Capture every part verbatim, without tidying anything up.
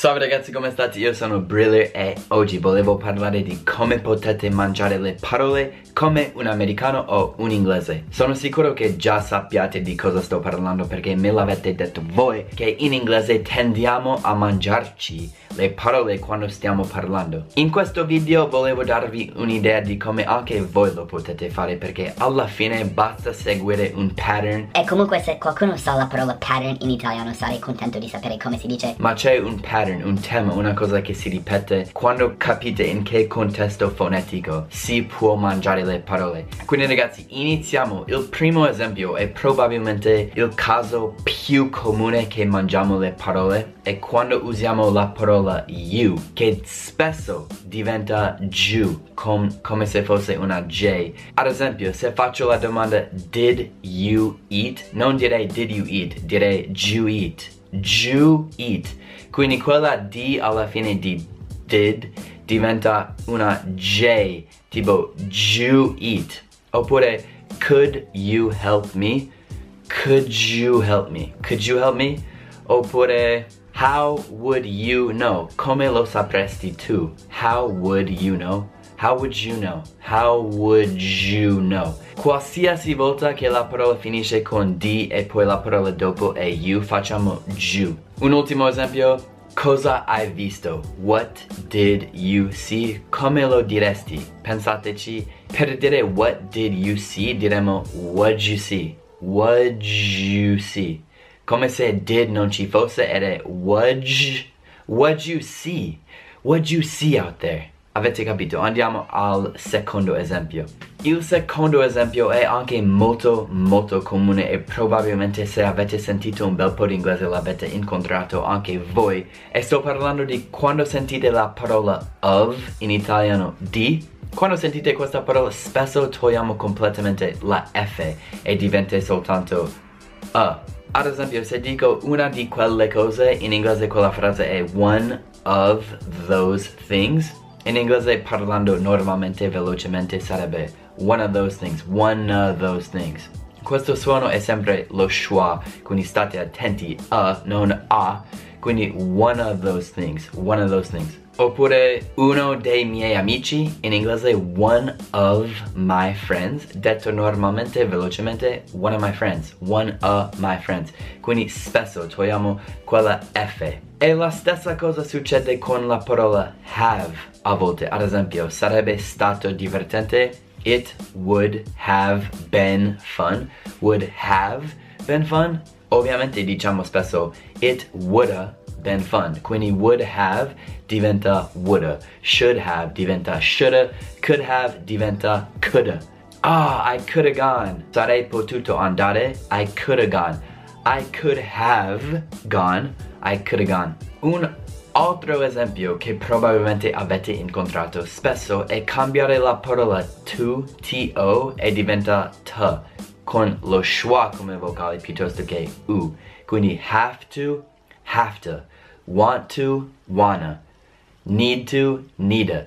Salve ragazzi, come state? Io sono Briller e oggi volevo parlare di come potete mangiare le parole come un americano o un inglese. Sono sicuro che già sappiate di cosa sto parlando perché me l'avete detto voi che in inglese tendiamo a mangiarci le parole quando stiamo parlando. In questo video volevo darvi un'idea di come anche voi lo potete fare perché alla fine basta seguire un pattern. E comunque se qualcuno sa la parola pattern in italiano sarei contento di sapere come si dice. Ma c'è un pattern, un tema, una cosa che si ripete quando capite in che contesto fonetico si può mangiare le parole. Quindi ragazzi, iniziamo. Il primo esempio è probabilmente il caso più comune che mangiamo le parole è quando usiamo la parola you, che spesso diventa giù, com come se fosse una J. Ad esempio, se faccio la domanda did you eat, non direi did you eat, direi you eat, you eat. Quindi quella D alla fine di did diventa una J, tipo you eat. Oppure could you help me? Could you help me? Could you help me? Oppure how would you know? Come lo sapresti tu? How would you know? How would you know? How would you know? Qualsiasi volta che la parola finisce con D e poi la parola dopo è you, facciamo giù. Un ultimo esempio. Cosa hai visto? What did you see? Come lo diresti? Pensateci. Per dire what did you see diremo what'd you see? What'd you see? Come se did non ci fosse ed what'd what'd you see? What'd you see out there? Avete capito? Andiamo al secondo esempio. Il secondo esempio è anche molto molto comune e probabilmente se avete sentito un bel po' di inglese l'avete incontrato anche voi. E sto parlando di quando sentite la parola of in italiano di. Quando sentite questa parola spesso togliamo completamente la F e diventa soltanto a. Ad esempio, se dico una di quelle cose, in inglese quella frase è one of those things. In inglese parlando normalmente velocemente sarebbe one of those things, one of those things. Questo suono è sempre lo schwa, quindi state attenti a, non a. Quindi one of those things, one of those things. Oppure uno dei miei amici, in inglese one of my friends, detto normalmente, velocemente, one of my friends, one of my friends. Quindi spesso togliamo quella F. E la stessa cosa succede con la parola have a volte. Ad esempio, sarebbe stato divertente, it would have been fun, would have been fun. Ovviamente diciamo spesso it woulda been fun, quindi would have diventa woulda, should have diventa shoulda, could have diventa coulda. Ah, I coulda gone. Sarei potuto andare, I coulda gone. I could have gone, I coulda gone. Un altro esempio che probabilmente avete incontrato spesso è cambiare la parola to, to e diventa t, con lo schwa come vocale piuttosto che u. Quindi have to, have to, want to, wanna, need to, needa,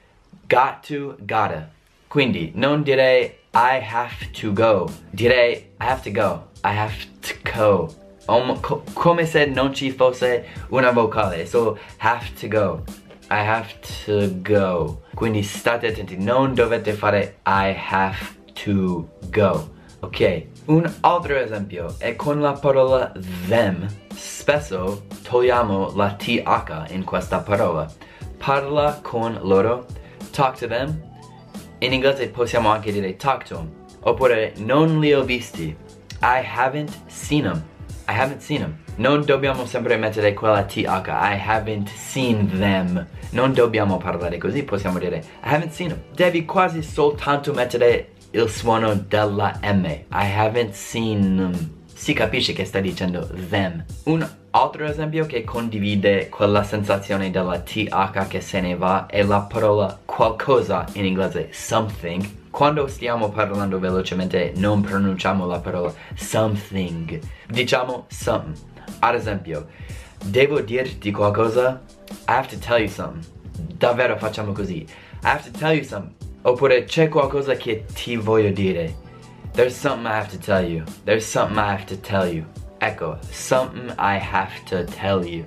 got to, gotta. Quindi non direi I have to go, direi I have to go, I have to go. Um, co come se non ci fosse una vocale, so have to go, I have to go. Quindi state attenti, non dovete fare I have to go. Ok, un altro esempio è con la parola them. Spesso togliamo la T H in questa parola. Parla con loro, talk to them. In inglese possiamo anche dire talk to them. Oppure non li ho visti, I haven't seen them. I haven't seen them. Non dobbiamo sempre mettere quella T H, I haven't seen them. Non dobbiamo parlare così, possiamo dire I haven't seen them. Devi quasi soltanto mettere il suono della M. I haven't seen them. Si capisce che sta dicendo them. Un altro esempio che condivide quella sensazione della T H che se ne va è la parola qualcosa in inglese, something. Quando stiamo parlando velocemente non pronunciamo la parola something, diciamo something. Ad esempio, devo dirti qualcosa? I have to tell you something. Davvero facciamo così. I have to tell you something. Oppure c'è qualcosa che ti voglio dire. There's something I have to tell you. There's something I have to tell you. Ecco, something I have to tell you.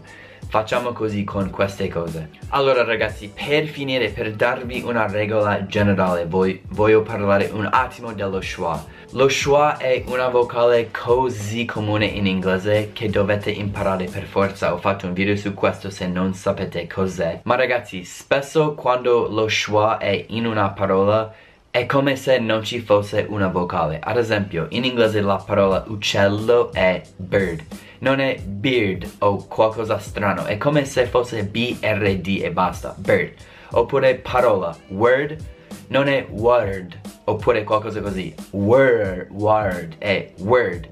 Facciamo così con queste cose. Allora ragazzi, per finire, per darvi una regola generale, voi, voglio parlare un attimo dello schwa. Lo schwa è una vocale così comune in inglese che dovete imparare per forza. Ho fatto un video su questo se non sapete cos'è. Ma ragazzi, spesso quando lo schwa è in una parola è come se non ci fosse una vocale. Ad esempio, in inglese la parola uccello è bird, non è beard o qualcosa strano, è come se fosse B R D e basta, bird. Oppure parola, word, non è word, oppure qualcosa così, word, word, è word,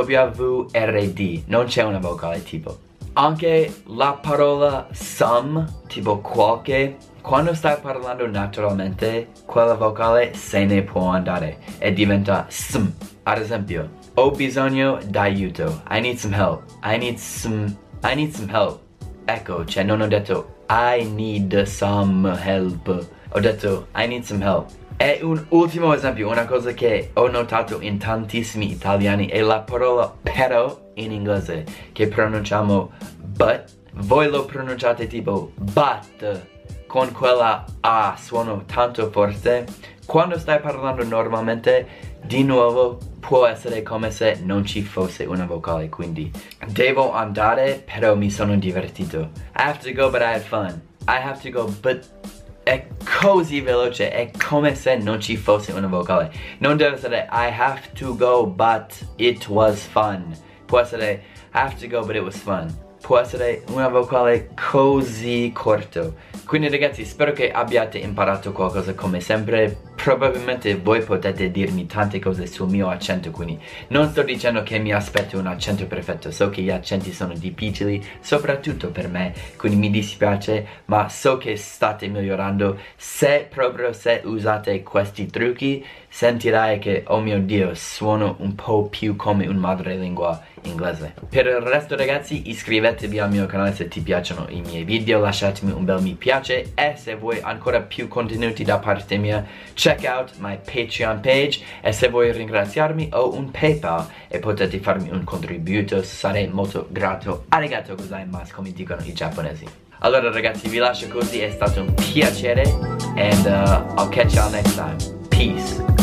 W R D, non c'è una vocale tipo. Anche la parola some, tipo qualche, quando stai parlando naturalmente, quella vocale se ne può andare e diventa sm. Ad esempio, ho bisogno d'aiuto, I need some help, I need some, I need some help. Ecco, cioè non ho detto I need some help, ho detto I need some help. E un ultimo esempio, una cosa che ho notato in tantissimi italiani è la parola però in inglese, che pronunciamo but. Voi lo pronunciate tipo but, con quella A suono tanto forte. Quando stai parlando normalmente, di nuovo, può essere come se non ci fosse una vocale, quindi devo andare, però mi sono divertito. I have to go, but I had fun. I have to go, but è così veloce, è come se non ci fosse una vocale. Non deve essere I have to go, but it was fun. Può essere I have to go, but it was fun. Può essere una vocale così corto. Quindi ragazzi, spero che abbiate imparato qualcosa come sempre. Probabilmente voi potete dirmi tante cose sul mio accento, quindi non sto dicendo che mi aspetto un accento perfetto. So che gli accenti sono difficili, soprattutto per me, quindi mi dispiace, ma so che state migliorando. Se proprio se usate questi trucchi, sentirai che, oh mio Dio, suono un po' più come un madrelingua inglese. Per il resto ragazzi, iscrivetevi al mio canale se ti piacciono i miei video, lasciatemi un bel mi piace e se vuoi ancora più contenuti da parte mia, check out my Patreon page, e se vuoi ringraziarmi ho un PayPal e potete farmi un contributo, sarei molto grato. Arigato gozaimasu, come dicono i giapponesi. Allora ragazzi, vi lascio così, è stato un piacere and uh, I'll catch y'all next time. Peace.